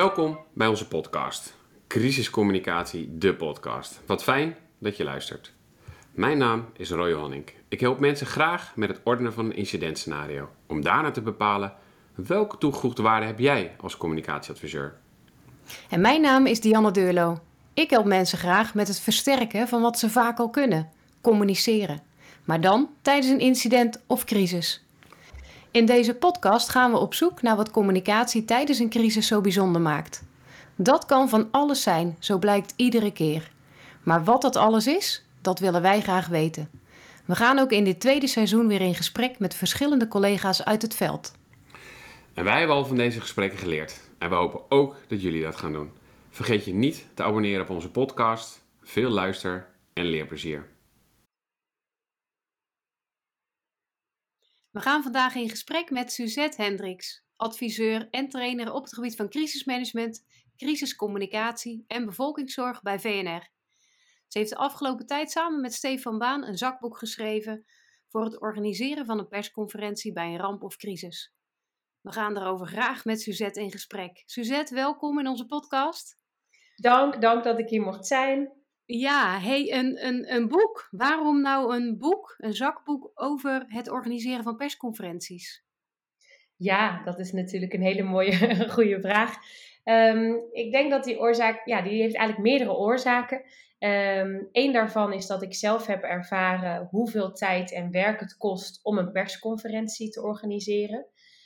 Welkom bij onze podcast. Crisiscommunicatie, de podcast. Wat fijn dat je luistert. Mijn naam is Roy Honnink. Ik help mensen graag met het ordenen van een incidentscenario. Om daarna te bepalen welke toegevoegde waarde heb jij als communicatieadviseur. En mijn naam is Dianne Deurlo. Ik help mensen graag met het versterken van wat ze vaak al kunnen: communiceren. Maar dan tijdens een incident of crisis. In deze podcast gaan we op zoek naar wat communicatie tijdens een crisis zo bijzonder maakt. Dat kan van alles zijn, zo blijkt iedere keer. Maar wat dat alles is, dat willen wij graag weten. We gaan ook in dit tweede seizoen weer in gesprek met verschillende collega's uit het veld. En wij hebben al van deze gesprekken geleerd. En we hopen ook dat jullie dat gaan doen. Vergeet je niet te abonneren op onze podcast. Veel luister- en leerplezier. We gaan vandaag in gesprek met Suzette Hendricks, adviseur en trainer op het gebied van crisismanagement, crisiscommunicatie en bevolkingszorg bij VNR. Ze heeft de afgelopen tijd samen met Stefan Baan een zakboek geschreven voor het organiseren van een persconferentie bij een ramp of crisis. We gaan daarover graag met Suzette in gesprek. Suzette, welkom in onze podcast. Dank dat ik hier mocht zijn. Ja, een boek. Waarom nou een boek, een zakboek over het organiseren van persconferenties? Ja, dat is natuurlijk een hele mooie, goede vraag. Ik denk dat die oorzaak, die heeft eigenlijk meerdere oorzaken. Eén daarvan is dat ik zelf heb ervaren hoeveel tijd en werk het kost om een persconferentie te organiseren.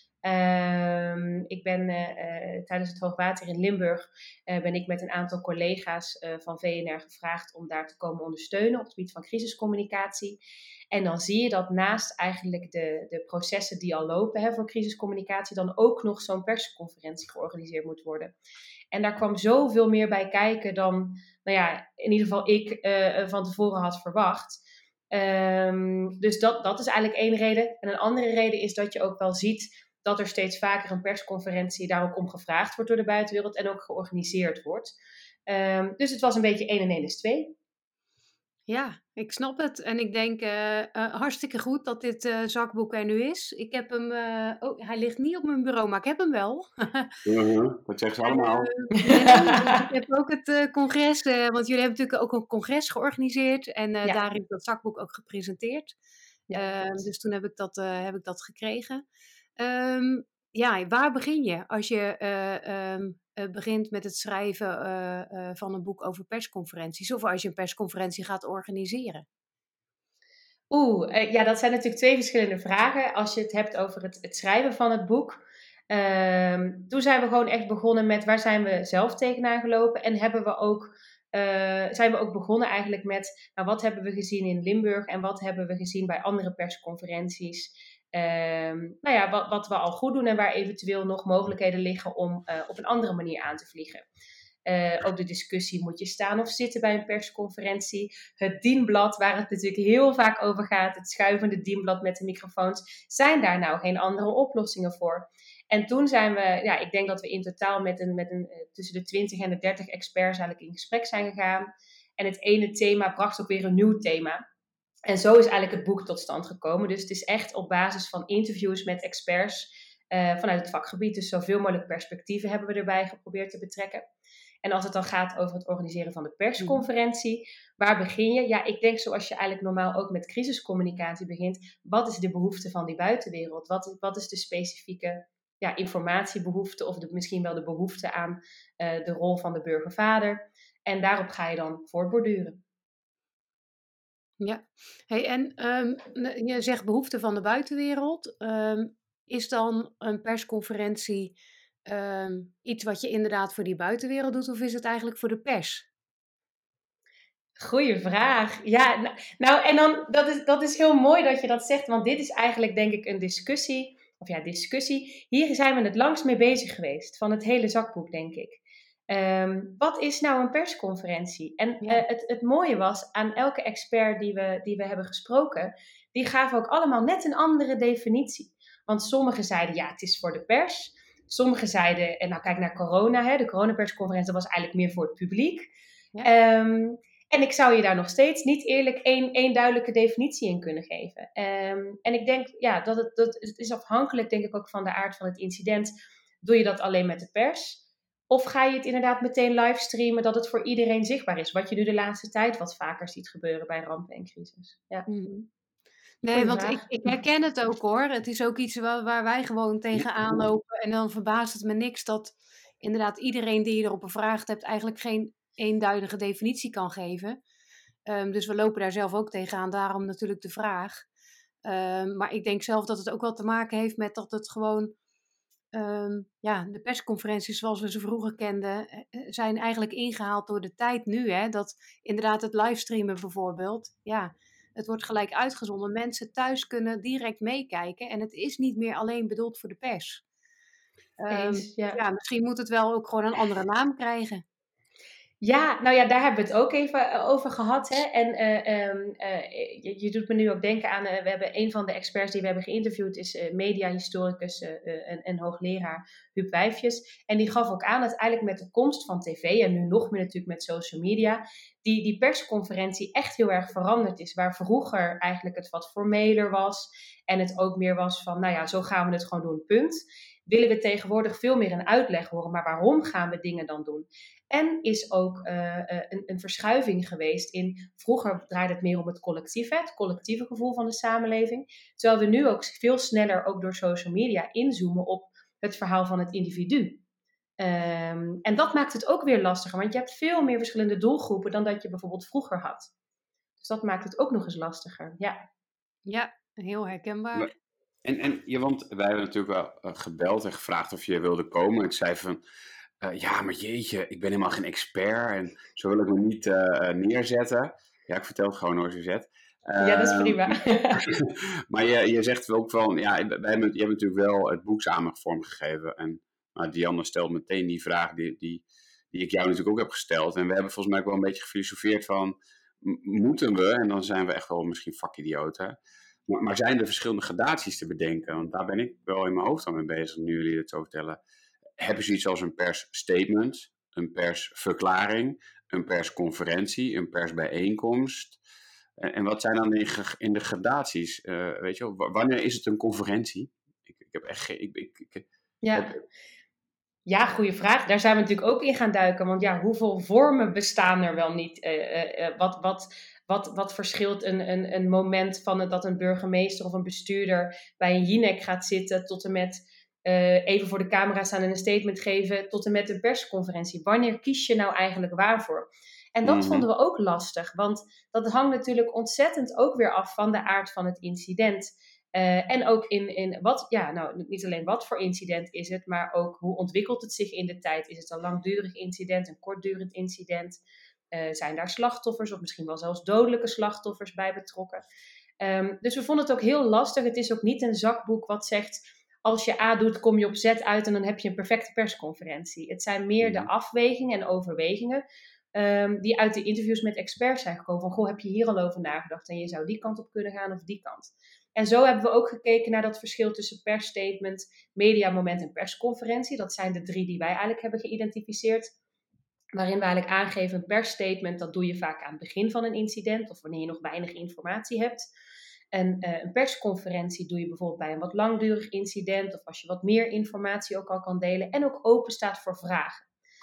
Ik ben tijdens het hoogwater in Limburg ben ik met een aantal collega's van VNR gevraagd om daar te komen ondersteunen op het gebied van crisiscommunicatie. En dan zie je dat naast eigenlijk de processen die al lopen voor crisiscommunicatie, dan ook nog zo'n persconferentie georganiseerd moet worden. En daar kwam zoveel meer bij kijken dan, in ieder geval ik van tevoren had verwacht. Dus dat is eigenlijk één reden. En een andere reden is dat je ook wel ziet dat er steeds vaker een persconferentie daar ook om gevraagd wordt door de buitenwereld en ook georganiseerd wordt. Dus het was een beetje 1 en 1 is 2. Ja, ik snap het. En ik denk hartstikke goed dat dit zakboek er nu is. Ik heb hem, hij ligt niet op mijn bureau, maar ik heb hem wel. Dat zeggen ze allemaal. Ik heb ook het congres, want jullie hebben natuurlijk ook een congres georganiseerd. En daar is dat zakboek ook gepresenteerd. Dus toen heb ik dat gekregen. Waar begin je als je begint met het schrijven van een boek over persconferenties? Of als je een persconferentie gaat organiseren? Dat zijn natuurlijk 2 verschillende vragen. Als je het hebt over het schrijven van het boek. Toen zijn we gewoon echt begonnen met waar zijn we zelf tegenaan gelopen. En zijn we ook begonnen eigenlijk met wat hebben we gezien in Limburg en wat hebben we gezien bij andere persconferenties. Wat we al goed doen en waar eventueel nog mogelijkheden liggen om op een andere manier aan te vliegen. Ook de discussie, moet je staan of zitten bij een persconferentie? Het dienblad, waar het natuurlijk heel vaak over gaat, het schuivende dienblad met de microfoons. Zijn daar nou geen andere oplossingen voor? En toen zijn we, ik denk dat we in totaal met een tussen de 20 en de 30 experts eigenlijk in gesprek zijn gegaan. En het ene thema bracht ook weer een nieuw thema. En zo is eigenlijk het boek tot stand gekomen. Dus het is echt op basis van interviews met experts vanuit het vakgebied. Dus zoveel mogelijk perspectieven hebben we erbij geprobeerd te betrekken. En als het dan gaat over het organiseren van de persconferentie, waar begin je? Ja, ik denk zoals je eigenlijk normaal ook met crisiscommunicatie begint. Wat is de behoefte van die buitenwereld? Wat is de specifieke informatiebehoefte of misschien wel de behoefte aan de rol van de burgervader? En daarop ga je dan voortborduren. Ja, en je zegt behoefte van de buitenwereld. Is dan een persconferentie iets wat je inderdaad voor die buitenwereld doet, of is het eigenlijk voor de pers? Goeie vraag. Ja, en dan, dat is heel mooi dat je dat zegt, want dit is eigenlijk denk ik een discussie. Hier zijn we het langst mee bezig geweest, van het hele zakboek, denk ik. Wat is nou een persconferentie? En het mooie was, aan elke expert die we hebben gesproken, die gaven ook allemaal net een andere definitie. Want sommigen zeiden, het is voor de pers. Sommigen zeiden, en nou kijk naar corona, de coronapersconferentie, dat was eigenlijk meer voor het publiek. Ja. En ik zou je daar nog steeds niet eerlijk één duidelijke definitie in kunnen geven. En ik denk dat het is afhankelijk, denk ik ook, van de aard van het incident. Doe je dat alleen met de pers? Of ga je het inderdaad meteen livestreamen dat het voor iedereen zichtbaar is? Wat je nu de laatste tijd wat vaker ziet gebeuren bij rampen en crisis. Ja. Mhm. Nee, Goeie want vraag. ik herken het ook hoor. Het is ook iets waar wij gewoon tegenaan lopen. En dan verbaast het me niks dat inderdaad iedereen die je erop bevraagd hebt eigenlijk geen eenduidige definitie kan geven. Dus we lopen daar zelf ook tegenaan, daarom natuurlijk de vraag. Maar ik denk zelf dat het ook wel te maken heeft met dat het gewoon... de persconferenties zoals we ze vroeger kenden, zijn eigenlijk ingehaald door de tijd nu. Hè? Dat inderdaad het livestreamen bijvoorbeeld, het wordt gelijk uitgezonden. Mensen thuis kunnen direct meekijken en het is niet meer alleen bedoeld voor de pers. Eens, ja. Misschien moet het wel ook gewoon een andere naam krijgen. Ja, nou ja, daar hebben we het ook even over gehad. Hè? En je doet me nu ook denken aan, we hebben een van de experts die we hebben geïnterviewd, is mediahistoricus en hoogleraar Huub Wijfjes. En die gaf ook aan dat eigenlijk met de komst van tv, en nu nog meer natuurlijk met social media, die persconferentie echt heel erg veranderd is. Waar vroeger eigenlijk het wat formeler was en het ook meer was van, nou ja, zo gaan we het gewoon doen, punt. Willen we tegenwoordig veel meer een uitleg horen, maar waarom gaan we dingen dan doen? En is ook een verschuiving geweest in... Vroeger draaide het meer om het collectief, het collectieve gevoel van de samenleving. Terwijl we nu ook veel sneller, ook door social media, inzoomen op het verhaal van het individu. En dat maakt het ook weer lastiger, want je hebt veel meer verschillende doelgroepen dan dat je bijvoorbeeld vroeger had. Dus dat maakt het ook nog eens lastiger, ja. Ja, heel herkenbaar. Want wij hebben natuurlijk wel gebeld en gevraagd of je wilde komen. En zei van, maar jeetje, ik ben helemaal geen expert en zo wil ik me niet neerzetten. Ja, ik vertel het gewoon hoor, Suzette. Ja, dat is prima. Maar je zegt ook van, je hebt natuurlijk wel het boek samen vormgegeven. En Dianne stelt meteen die vraag die ik jou natuurlijk ook heb gesteld. En we hebben volgens mij ook wel een beetje gefilosofeerd van, moeten we, en dan zijn we echt wel misschien vakidioten, maar zijn er verschillende gradaties te bedenken? Want daar ben ik wel in mijn hoofd aan mee bezig, nu jullie het zo vertellen. Hebben ze iets als een persstatement, een persverklaring, een persconferentie, een persbijeenkomst? En wat zijn dan in de gradaties? Weet je wel, wanneer is het een conferentie? Ik heb echt geen... Ja, goede vraag. Daar zijn we natuurlijk ook in gaan duiken. Want ja, hoeveel vormen bestaan er wel niet? Wat verschilt een moment van dat een burgemeester of een bestuurder bij een Jinek gaat zitten tot en met even voor de camera staan en een statement geven tot en met een persconferentie? Wanneer kies je nou eigenlijk waarvoor? En dat vonden we ook lastig, want dat hangt natuurlijk ontzettend ook weer af van de aard van het incident. En ook in wat, niet alleen wat voor incident is het, maar ook hoe ontwikkelt het zich in de tijd? Is het een langdurig incident, een kortdurend incident? Zijn daar slachtoffers of misschien wel zelfs dodelijke slachtoffers bij betrokken? Dus we vonden het ook heel lastig. Het is ook niet een zakboek wat zegt, als je A doet, kom je op Z uit en dan heb je een perfecte persconferentie. Het zijn meer de afwegingen en overwegingen die uit de interviews met experts zijn gekomen. Van, goh, heb je hier al over nagedacht? En je zou die kant op kunnen gaan of die kant. En zo hebben we ook gekeken naar dat verschil tussen persstatement, mediamoment en persconferentie. Dat zijn de 3 die wij eigenlijk hebben geïdentificeerd. Waarin we eigenlijk aangeven, een persstatement, dat doe je vaak aan het begin van een incident of wanneer je nog weinig informatie hebt. En een persconferentie doe je bijvoorbeeld bij een wat langdurig incident of als je wat meer informatie ook al kan delen en ook open staat voor vragen.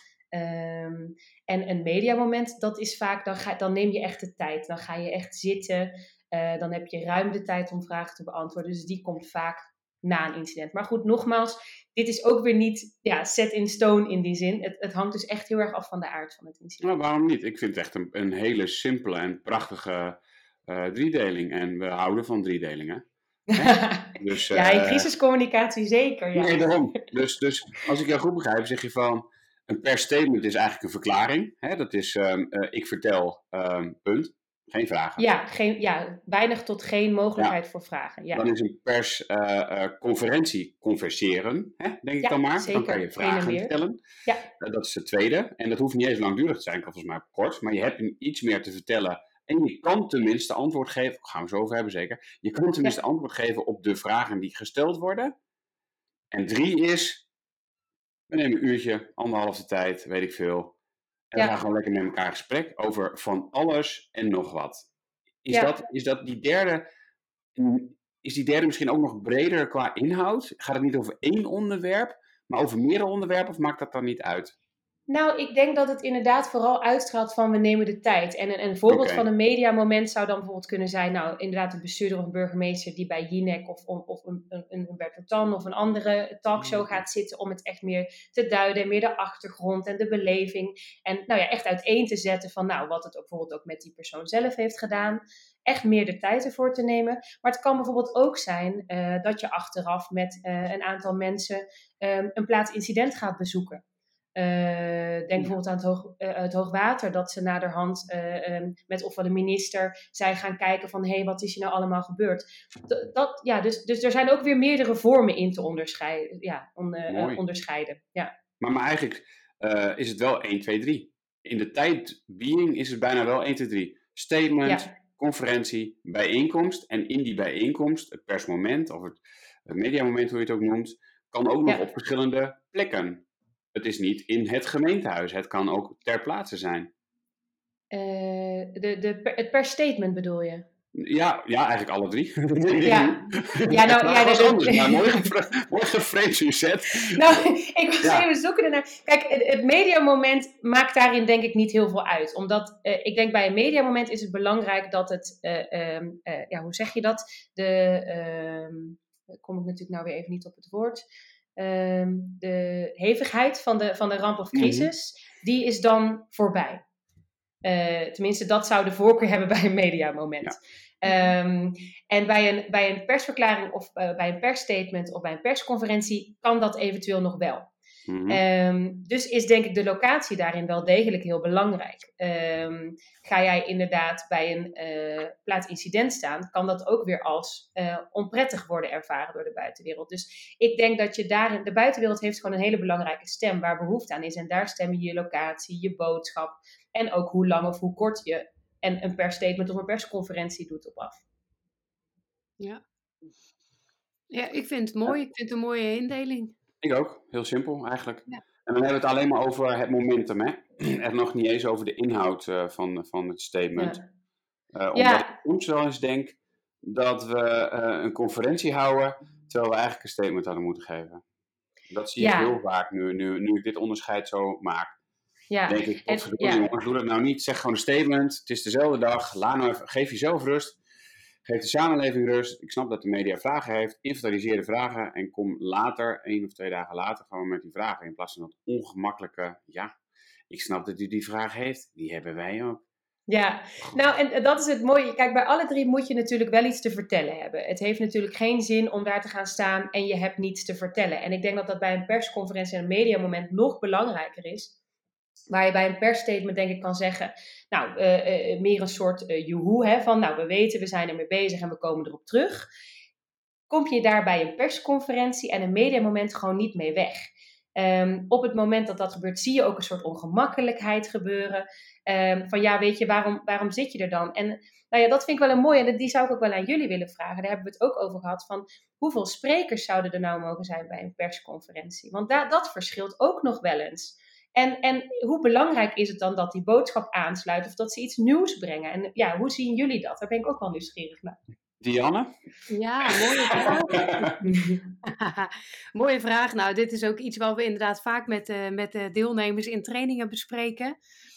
En een mediamoment, dat is vaak, dan neem je echt de tijd. Dan ga je echt zitten, dan heb je ruim de tijd om vragen te beantwoorden. Dus die komt vaak na een incident. Maar goed, nogmaals, dit is ook weer niet set in stone in die zin. Het hangt dus echt heel erg af van de aard van het incident. Nou, waarom niet? Ik vind het echt een hele simpele en prachtige driedeling. En we houden van driedelingen. Dus, in crisiscommunicatie zeker. Ja. Nee, daarom. Dus als ik jou goed begrijp, zeg je van, een persstatement is eigenlijk een verklaring. Hè? Dat is, ik vertel, punt. Geen vragen. Weinig tot geen mogelijkheid voor vragen. Ja. Dan is een persconferentie converseren, denk ik dan maar. Zeker. Dan kan je vragen stellen. Ja. Dat is de tweede. En dat hoeft niet eens langdurig te zijn, kan volgens mij kort. Maar je hebt iets meer te vertellen. En je kan tenminste antwoord geven, daar gaan we zo over hebben zeker. Je kan tenminste antwoord geven op de vragen die gesteld worden. En 3 is, we nemen een uurtje, 1,5 tijd, weet ik veel. En we gaan gewoon lekker met elkaar in gesprek over van alles en nog wat. Is dat die derde, is die derde misschien ook nog breder qua inhoud? Gaat het niet over 1 onderwerp, maar over meerdere onderwerpen of maakt dat dan niet uit? Nou, ik denk dat het inderdaad vooral uitstraalt van we nemen de tijd. En een voorbeeld Oké. van een mediamoment zou dan bijvoorbeeld kunnen zijn, nou inderdaad een bestuurder of een burgemeester die bij Jinek of een Humberto Tan of een andere talkshow gaat zitten om het echt meer te duiden, meer de achtergrond en de beleving. En nou ja, echt uiteen te zetten van nou, wat het ook bijvoorbeeld ook met die persoon zelf heeft gedaan. Echt meer de tijd ervoor te nemen. Maar het kan bijvoorbeeld ook zijn dat je achteraf met een aantal mensen een plaats incident gaat bezoeken. Denk bijvoorbeeld aan het hoogwater, dat ze naderhand met ofwel de minister zijn gaan kijken van hé, wat is hier nou allemaal gebeurd? Dus er zijn ook weer meerdere vormen in te onderscheiden. Mooi. Onderscheiden. Ja. Maar eigenlijk is het wel 1, 2, 3. In de tijdbeing is het bijna wel 1, 2, 3. Statement, Ja. conferentie, bijeenkomst. En in die bijeenkomst, het persmoment of het mediamoment, hoe je het ook noemt, kan ook nog op verschillende plekken. Het is niet in het gemeentehuis. Het kan ook ter plaatse zijn. Het per statement bedoel je? Ja, eigenlijk alle 3. Dat was anders, maar mooi geframed, Suzette. Nou, ik was even zoeken ernaar. Kijk, het mediamoment maakt daarin denk ik niet heel veel uit. Omdat ik denk bij een mediamoment is het belangrijk dat het, hoe zeg je dat? Kom ik natuurlijk nou weer even niet op het woord. De hevigheid van de ramp of crisis, die is dan voorbij. Tenminste, dat zou de voorkeur hebben bij een mediamoment. En bij een persverklaring of bij een persstatement of bij een persconferentie kan dat eventueel nog wel. Dus is denk ik de locatie daarin wel degelijk heel belangrijk. Ga jij inderdaad bij een plaats incident staan, kan dat ook weer als onprettig worden ervaren door de buitenwereld. Dus ik denk dat je daarin, de buitenwereld heeft gewoon een hele belangrijke stem waar behoefte aan is. En daar stem je je locatie, je boodschap en ook hoe lang of hoe kort je een persstatement of een persconferentie doet op af. Ja, ik vind het mooi. Ik vind het een mooie indeling. Ik ook. Heel simpel eigenlijk. Ja. En dan hebben we het alleen maar over het momentum, hè? En nog niet eens over de inhoud van het statement. Omdat ik soms wel eens denk dat we een conferentie houden, terwijl we eigenlijk een statement hadden moeten geven. Dat zie ik heel vaak nu ik dit onderscheid zo maak. Ja. Denk ik, jongens, doe dat nou niet. Zeg gewoon een statement. Het is dezelfde dag. Geef jezelf rust. Geef de samenleving rust. Ik snap dat de media vragen heeft. Inventariseer de vragen. En kom later, 1 of 2 dagen later, gewoon met die vragen. In plaats van dat ongemakkelijke, ik snap dat u die vraag heeft. Die hebben wij ook. Ja, nou en dat is het mooie. Kijk, bij alle 3 moet je natuurlijk wel iets te vertellen hebben. Het heeft natuurlijk geen zin om daar te gaan staan en je hebt niets te vertellen. En ik denk dat dat bij een persconferentie en een mediamoment nog belangrijker is. Waar je bij een persstatement denk ik kan zeggen, nou, meer een soort joehoe, hè, van nou, we weten, we zijn ermee bezig en we komen erop terug. Kom je daar bij een persconferentie en een mediamoment gewoon niet mee weg. Op het moment dat dat gebeurt, zie je ook een soort ongemakkelijkheid gebeuren. Van weet je, waarom zit je er dan? En nou ja, dat vind ik wel een mooie. En die zou ik ook wel aan jullie willen vragen. Daar hebben we het ook over gehad. Van hoeveel sprekers zouden er nou mogen zijn bij een persconferentie? Want dat verschilt ook nog wel eens. En hoe belangrijk is het dan dat die boodschap aansluit of dat ze iets nieuws brengen? En ja, hoe zien jullie dat? Daar ben ik ook wel nieuwsgierig naar. Dianne? Ja, mooie vraag. Mooie vraag. Nou, dit is ook iets wat we inderdaad vaak met de deelnemers in trainingen bespreken.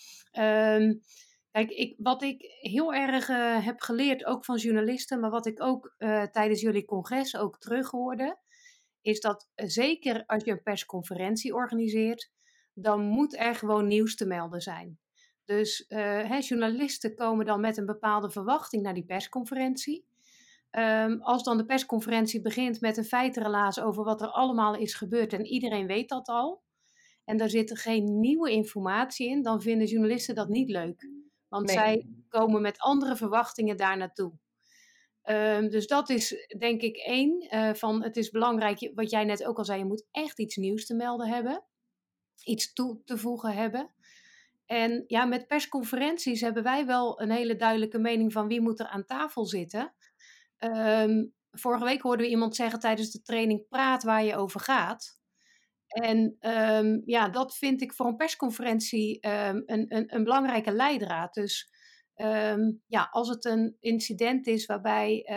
Kijk, wat ik heel erg heb geleerd, ook van journalisten, maar wat ik ook tijdens jullie congres ook terughoorde, is dat zeker als je een persconferentie organiseert, dan moet er gewoon nieuws te melden zijn. Dus journalisten komen dan met een bepaalde verwachting naar die persconferentie. Als dan de persconferentie begint met een feitenrelaas over wat er allemaal is gebeurd en iedereen weet dat al, en daar zit geen nieuwe informatie in, dan vinden journalisten dat niet leuk. Want zij komen met andere verwachtingen daar naartoe. Dus dat is denk ik 1 van het is belangrijk, wat jij net ook al zei, je moet echt iets nieuws te melden hebben. Iets toe te voegen hebben. En ja, met persconferenties hebben wij wel een hele duidelijke mening van wie moet er aan tafel zitten. Vorige week hoorden we iemand zeggen tijdens de training, praat waar je over gaat. En dat vind ik voor een persconferentie een belangrijke leidraad. Dus als het een incident is waarbij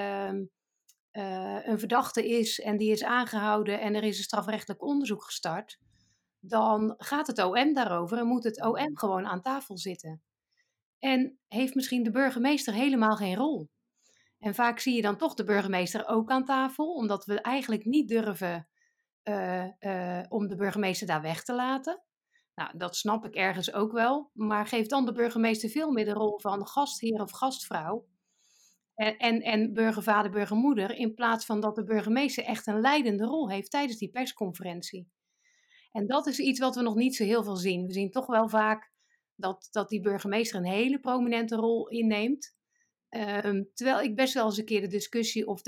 een verdachte is en die is aangehouden en er is een strafrechtelijk onderzoek gestart, dan gaat het OM daarover en moet het OM gewoon aan tafel zitten. En heeft misschien de burgemeester helemaal geen rol. En vaak zie je dan toch de burgemeester ook aan tafel, omdat we eigenlijk niet durven om de burgemeester daar weg te laten. Nou, dat snap ik ergens ook wel, maar geef dan de burgemeester veel meer de rol van gastheer of gastvrouw. En burgervader, burgermoeder, in plaats van dat de burgemeester echt een leidende rol heeft tijdens die persconferentie. En dat is iets wat we nog niet zo heel veel zien. We zien toch wel vaak dat die burgemeester een hele prominente rol inneemt. Terwijl ik best wel eens een keer de discussie of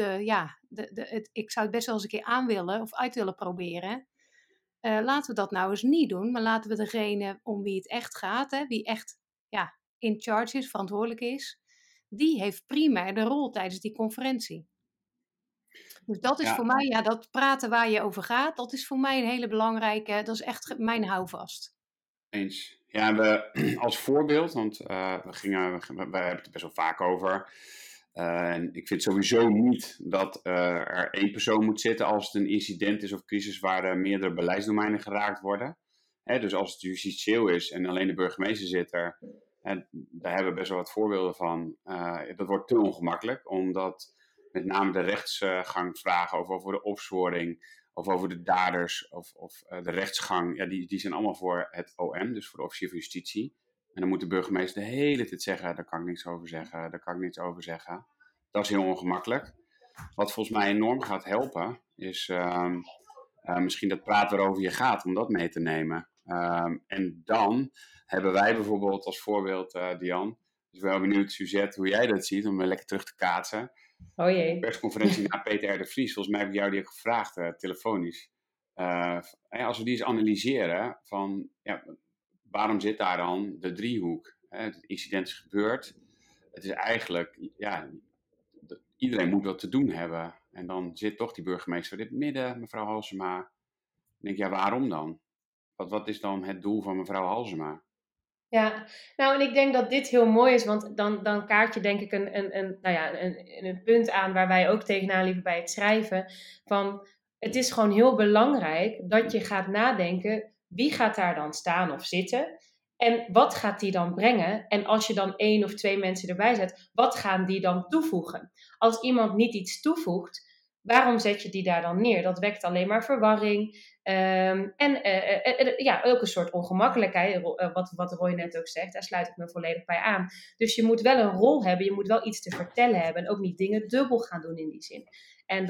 ik zou het best wel eens een keer aan willen of uit willen proberen. Laten we dat nou eens niet doen, maar laten we degene om wie het echt gaat, hè, wie echt in charge is, verantwoordelijk is, die heeft primair de rol tijdens die conferentie. Dus dat is voor mij, dat praten waar je over gaat, dat is voor mij een hele belangrijke, dat is echt mijn houvast. Eens. Ja, als voorbeeld, want we hebben het er best wel vaak over. En ik vind sowieso niet dat er één persoon moet zitten als het een incident is of crisis waar meerdere beleidsdomeinen geraakt worden. Dus als het justitieel is en alleen de burgemeester zit er, daar hebben we best wel wat voorbeelden van. Dat wordt te ongemakkelijk, omdat met name de rechtsgang vragen over de opsporing of over de daders of de rechtsgang, die zijn allemaal voor het OM, dus voor de officier van justitie. En dan moet de burgemeester de hele tijd zeggen, daar kan ik niks over zeggen, daar kan ik niks over zeggen. Dat is heel ongemakkelijk. Wat volgens mij enorm gaat helpen, is misschien dat praten waarover je gaat, om dat mee te nemen. En dan hebben wij bijvoorbeeld als voorbeeld, Dian, dus ik ben wel benieuwd, Suzette, hoe jij dat ziet, om lekker terug te kaatsen. Oh jee. Persconferentie na Peter R. de Vries, volgens mij heb ik jou die ook gevraagd, telefonisch. Als we die eens analyseren, van waarom zit daar dan de driehoek? Het incident is gebeurd. Het is eigenlijk, iedereen moet wat te doen hebben. En dan zit toch die burgemeester in het midden, mevrouw Halsema. Dan denk ik, waarom dan? Wat is dan het doel van mevrouw Halsema? Ja, nou en ik denk dat dit heel mooi is, want dan kaart je denk ik een punt aan waar wij ook tegenaan liepen bij het schrijven. Van, het is gewoon heel belangrijk dat je gaat nadenken, wie gaat daar dan staan of zitten? En wat gaat die dan brengen? En als je dan 1 of 2 mensen erbij zet, wat gaan die dan toevoegen? Als iemand niet iets toevoegt, waarom zet je die daar dan neer? Dat wekt alleen maar verwarring. Ook een soort ongemakkelijkheid, wat Roy net ook zegt, daar sluit ik me volledig bij aan. Dus je moet wel een rol hebben, je moet wel iets te vertellen hebben en ook niet dingen dubbel gaan doen in die zin. En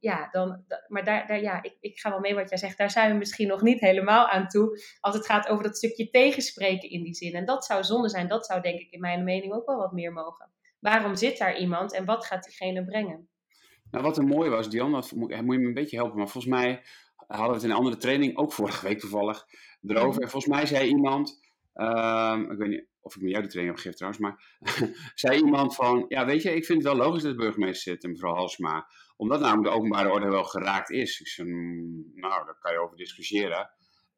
ik ga wel mee wat jij zegt, daar zijn we misschien nog niet helemaal aan toe, als het gaat over dat stukje tegenspreken in die zin. En dat zou zonde zijn, dat zou denk ik in mijn mening ook wel wat meer mogen. Waarom zit daar iemand en wat gaat diegene brengen? Nou, wat er mooi was, Dian, moet je me een beetje helpen, maar volgens mij hadden we het in een andere training, ook vorige week toevallig, erover. En volgens mij zei iemand, ik weet niet of ik met jou de training heb gegeven trouwens, maar zei iemand van, weet je, ik vind het wel logisch dat de burgemeester zit en mevrouw Halsema, omdat namelijk de openbare orde wel geraakt is. Ik zei, daar kan je over discussiëren.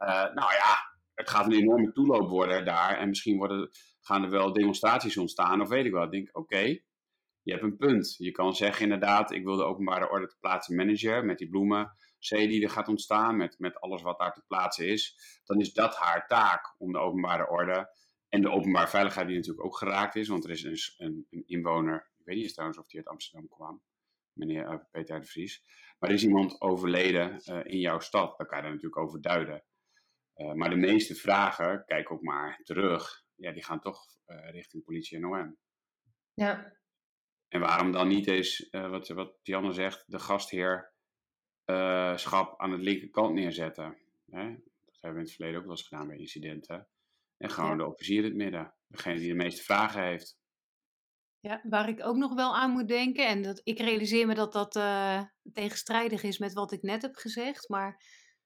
Het gaat een enorme toeloop worden daar en misschien gaan er wel demonstraties ontstaan of weet ik wel. Ik denk, oké. Je hebt een punt. Je kan zeggen inderdaad, ik wil de openbare orde te plaatsen manager met die bloemen zee die er gaat ontstaan, met alles wat daar te plaatsen is. Dan is dat haar taak om de openbare orde en de openbare veiligheid die natuurlijk ook geraakt is, want er is een inwoner, ik weet niet eens trouwens of die uit Amsterdam kwam, meneer Peter de Vries, maar er is iemand overleden in jouw stad, daar kan je daar natuurlijk over duiden. Maar de meeste vragen, kijk ook maar terug, die gaan toch richting politie en OM. Ja. En waarom dan niet eens, wat Dianne zegt, de gastheerschap aan de linkerkant neerzetten. Hè? Dat hebben we in het verleden ook wel eens gedaan bij incidenten. En gewoon de officier in het midden. Degene die de meeste vragen heeft. Ja, waar ik ook nog wel aan moet denken, en ik realiseer me dat dat tegenstrijdig is met wat ik net heb gezegd, maar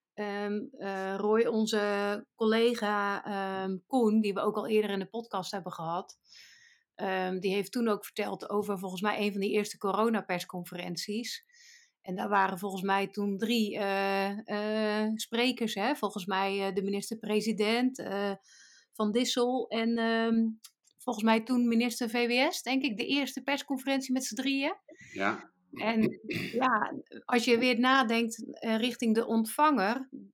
Roy, onze collega Koen, die we ook al eerder in de podcast hebben gehad, die heeft toen ook verteld over volgens mij een van die eerste coronapersconferenties. En daar waren volgens mij toen 3 sprekers, hè? Volgens mij de minister-president, Van Dissel en volgens mij toen minister VWS, denk ik, de eerste persconferentie met z'n drieën. Ja. En als je weer nadenkt richting de ontvanger,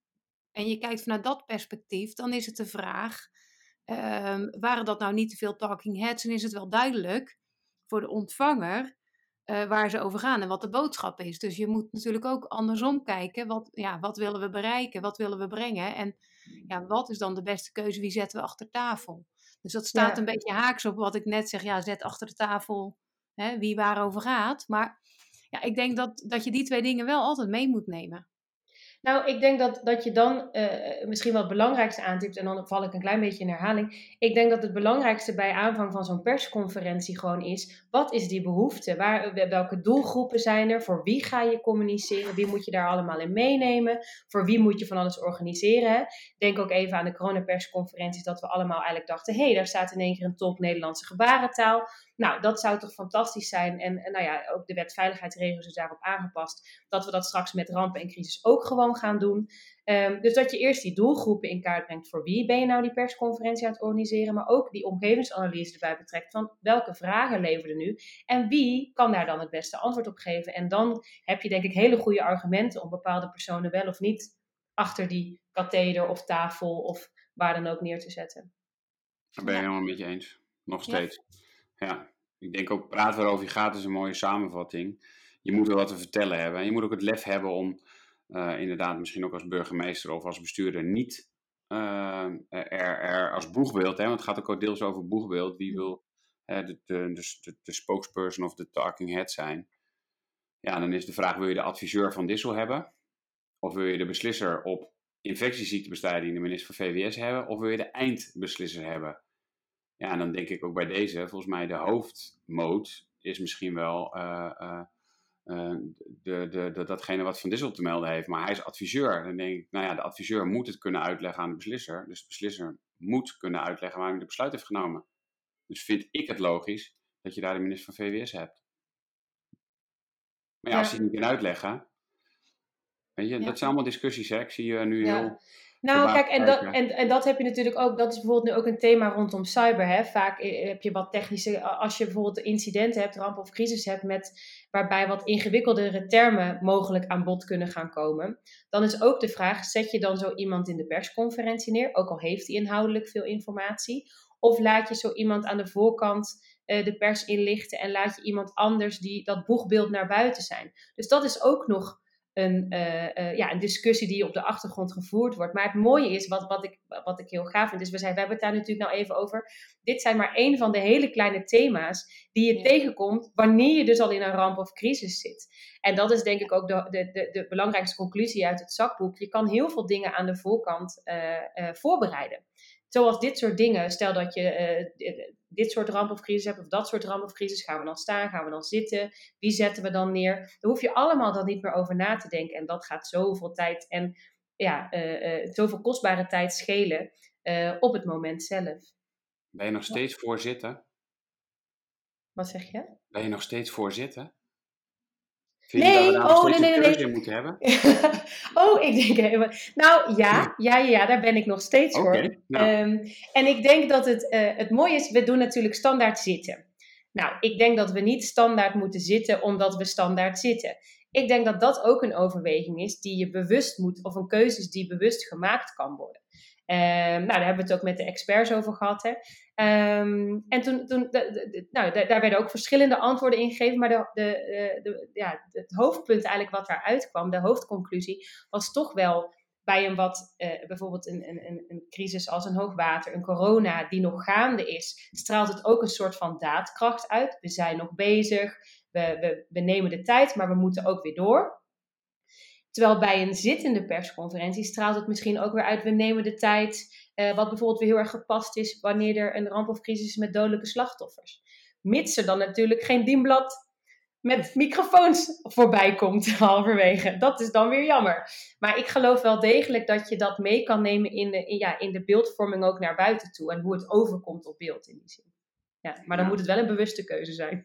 en je kijkt vanuit dat perspectief, dan is het de vraag, waren dat nou niet te veel talking heads en is het wel duidelijk voor de ontvanger waar ze over gaan en wat de boodschap is. Dus je moet natuurlijk ook andersom kijken, wat willen we bereiken, wat willen we brengen en wat is dan de beste keuze, wie zetten we achter tafel? Dus dat staat een beetje haaks op wat ik net zeg, zet achter de tafel wie waarover gaat. Maar ik denk dat je die twee dingen wel altijd mee moet nemen. Nou, ik denk dat je dan misschien wel het belangrijkste aantipt, en dan val ik een klein beetje in herhaling. Ik denk dat het belangrijkste bij aanvang van zo'n persconferentie gewoon is, wat is die behoefte? Welke doelgroepen zijn er? Voor wie ga je communiceren? Wie moet je daar allemaal in meenemen? Voor wie moet je van alles organiseren? Hè? Denk ook even aan de coronapersconferenties, dat we allemaal eigenlijk dachten, daar staat in één keer een top Nederlandse gebarentaal. Nou, dat zou toch fantastisch zijn. En ook de wet veiligheidsregels is daarop aangepast, dat we dat straks met rampen en crisis ook gewoon gaan doen. Dus dat je eerst die doelgroepen in kaart brengt. Voor wie ben je nou die persconferentie aan het organiseren? Maar ook die omgevingsanalyse erbij betrekt. Van welke vragen leveren nu? En wie kan daar dan het beste antwoord op geven? En dan heb je denk ik hele goede argumenten om bepaalde personen wel of niet achter die katheder of tafel of waar dan ook neer te zetten. Daar ben ik helemaal met je eens. Nog steeds. Ja. Ik denk ook, praten waarover je gaat is een mooie samenvatting. Je moet wel wat te vertellen hebben. En je moet ook het lef hebben om inderdaad misschien ook als burgemeester of als bestuurder niet er als boegbeeld, want het gaat ook deels over boegbeeld, wie wil de spokesperson of de talking head zijn. Ja, dan is de vraag, wil je de adviseur van Dissel hebben? Of wil je de beslisser op infectieziektebestrijding, de minister van VWS hebben? Of wil je de eindbeslisser hebben? Ja, en dan denk ik ook bij deze, volgens mij de hoofdmoot is misschien wel datgene wat Van Dissel te melden heeft. Maar hij is adviseur. Dan denk ik, de adviseur moet het kunnen uitleggen aan de beslisser. Dus de beslisser moet kunnen uitleggen waarom hij het besluit heeft genomen. Dus vind ik het logisch dat je daar de minister van VWS hebt. Maar als hij het niet kan uitleggen, weet je, dat zijn allemaal discussies, hè. Ik zie je nu heel... Nou, kijk, en dat heb je natuurlijk ook, dat is bijvoorbeeld nu ook een thema rondom cyber. Hè? Vaak heb je wat technische, als je bijvoorbeeld incidenten hebt, rampen of crisis hebt, waarbij wat ingewikkeldere termen mogelijk aan bod kunnen gaan komen. Dan is ook de vraag, zet je dan zo iemand in de persconferentie neer, ook al heeft hij inhoudelijk veel informatie, of laat je zo iemand aan de voorkant de pers inlichten en laat je iemand anders die dat boegbeeld naar buiten zijn. Dus dat is ook nog een discussie die op de achtergrond gevoerd wordt. Maar het mooie is, wat ik heel gaaf vind, is we hebben het daar natuurlijk nou even over. Dit zijn maar één van de hele kleine thema's die je tegenkomt wanneer je dus al in een ramp of crisis zit. En dat is denk ik ook de belangrijkste conclusie uit het zakboek. Je kan heel veel dingen aan de voorkant voorbereiden. Zoals dit soort dingen. Stel dat je dit soort ramp of crisis hebt of dat soort ramp of crisis. Gaan we dan staan? Gaan we dan zitten? Wie zetten we dan neer? Daar hoef je allemaal dan niet meer over na te denken. En dat gaat zoveel tijd en zoveel kostbare tijd schelen op het moment zelf. Ben je nog steeds voorzitter? Wat zeg je? Ben je nog steeds voorzitter? Vind je dat we daar nog steeds een keuze in moeten hebben? Ik denk even... Nou, ja, daar ben ik nog steeds voor. Nou. En ik denk dat het mooie is, we doen natuurlijk standaard zitten. Nou, ik denk dat we niet standaard moeten zitten omdat we standaard zitten. Ik denk dat dat ook een overweging is die je bewust moet, of een keuze is die bewust gemaakt kan worden. Daar hebben we het ook met de experts over gehad. Hè. En daar werden ook verschillende antwoorden in gegeven. Maar het hoofdpunt eigenlijk wat daaruit kwam, de hoofdconclusie, was toch wel bij een bijvoorbeeld een crisis als een hoogwater, een corona die nog gaande is, straalt het ook een soort van daadkracht uit. We zijn nog bezig, we nemen de tijd, maar we moeten ook weer door. Terwijl bij een zittende persconferentie straalt het misschien ook weer uit, we nemen de tijd, wat bijvoorbeeld weer heel erg gepast is wanneer er een ramp of crisis is met dodelijke slachtoffers. Mits er dan natuurlijk geen dienblad met microfoons voorbij komt halverwege. Dat is dan weer jammer. Maar ik geloof wel degelijk dat je dat mee kan nemen in de beeldvorming ook naar buiten toe. En hoe het overkomt op beeld in die zin. Ja, maar dan moet het wel een bewuste keuze zijn.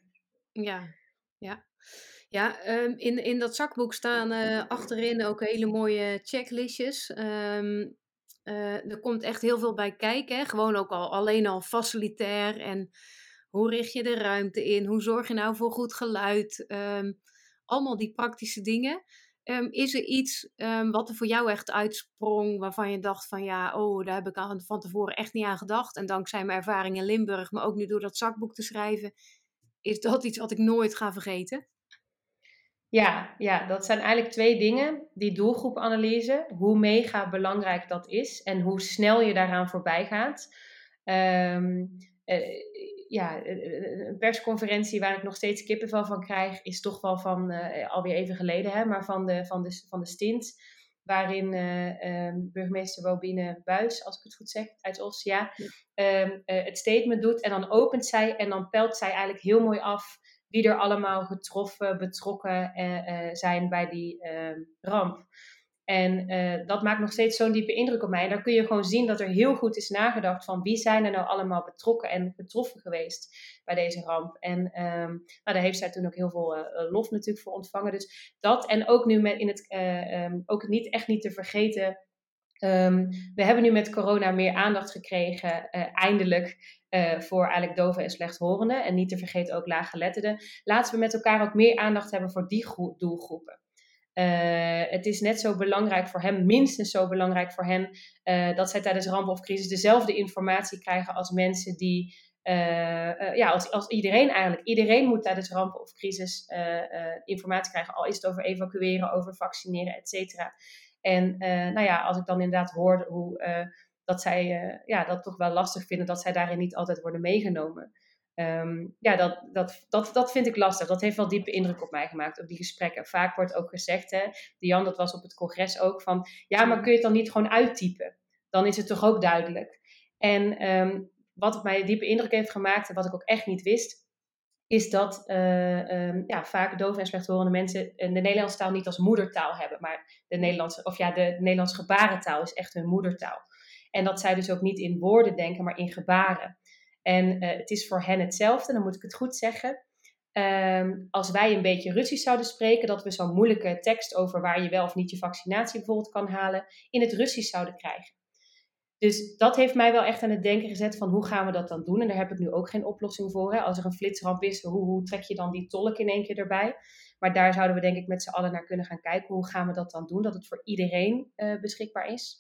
Ja, in dat zakboek staan achterin ook hele mooie checklistjes. Er komt echt heel veel bij kijken. Hè? Gewoon ook alleen al facilitair. En hoe richt je de ruimte in? Hoe zorg je nou voor goed geluid? Allemaal die praktische dingen. Is er iets wat er voor jou echt uitsprong, waarvan je dacht van ja, daar heb ik van tevoren echt niet aan gedacht. En dankzij mijn ervaring in Limburg, maar ook nu door dat zakboek te schrijven, is dat iets wat ik nooit ga vergeten? Ja, dat zijn eigenlijk 2 dingen. Die doelgroepanalyse, hoe mega belangrijk dat is en hoe snel je daaraan voorbij gaat. Ehm, eh, een persconferentie waar ik nog steeds kippenvel van krijg, is toch wel van alweer even geleden, hè, maar van de stint. Waarin burgemeester Wobine Buys, als ik het goed zeg, uit Os, het statement doet. En dan opent zij en dan pelt zij eigenlijk heel mooi af wie er allemaal getroffen, betrokken zijn bij die ramp. En dat maakt nog steeds zo'n diepe indruk op mij. En daar kun je gewoon zien dat er heel goed is nagedacht van wie zijn er nou allemaal betrokken en getroffen geweest bij deze ramp. En daar heeft zij toen ook heel veel lof natuurlijk voor ontvangen. Dus dat en ook nu ook niet te vergeten. We hebben nu met corona meer aandacht gekregen, eindelijk, voor eigenlijk doven en slechthorenden. En niet te vergeten ook laaggeletterden. Laten we met elkaar ook meer aandacht hebben voor die doelgroepen. Het is net zo belangrijk voor hen, minstens zo belangrijk voor hen, dat zij tijdens ramp of crisis dezelfde informatie krijgen als mensen die, als iedereen eigenlijk. Iedereen moet tijdens rampen of crisis informatie krijgen, al is het over evacueren, over vaccineren, et cetera. En als ik dan inderdaad hoor dat zij dat toch wel lastig vinden, dat zij daarin niet altijd worden meegenomen. Dat vind ik lastig. Dat heeft wel diepe indruk op mij gemaakt, op die gesprekken. Vaak wordt ook gezegd, hè, Dian, dat was op het congres ook, van ja, maar kun je het dan niet gewoon uittypen? Dan is het toch ook duidelijk. En wat op mij diepe indruk heeft gemaakt, en wat ik ook echt niet wist, is dat vaak dove en slechthorende mensen de Nederlandse taal niet als moedertaal hebben. Maar de Nederlandse gebarentaal is echt hun moedertaal. En dat zij dus ook niet in woorden denken, maar in gebaren. En het is voor hen hetzelfde, dan moet ik het goed zeggen. Als wij een beetje Russisch zouden spreken, dat we zo'n moeilijke tekst over waar je wel of niet je vaccinatie bijvoorbeeld kan halen, in het Russisch zouden krijgen. Dus dat heeft mij wel echt aan het denken gezet van hoe gaan we dat dan doen? En daar heb ik nu ook geen oplossing voor. Hè? Als er een flitsramp is, hoe trek je dan die tolk in één keer erbij? Maar daar zouden we denk ik met z'n allen naar kunnen gaan kijken. Hoe gaan we dat dan doen? Dat het voor iedereen beschikbaar is.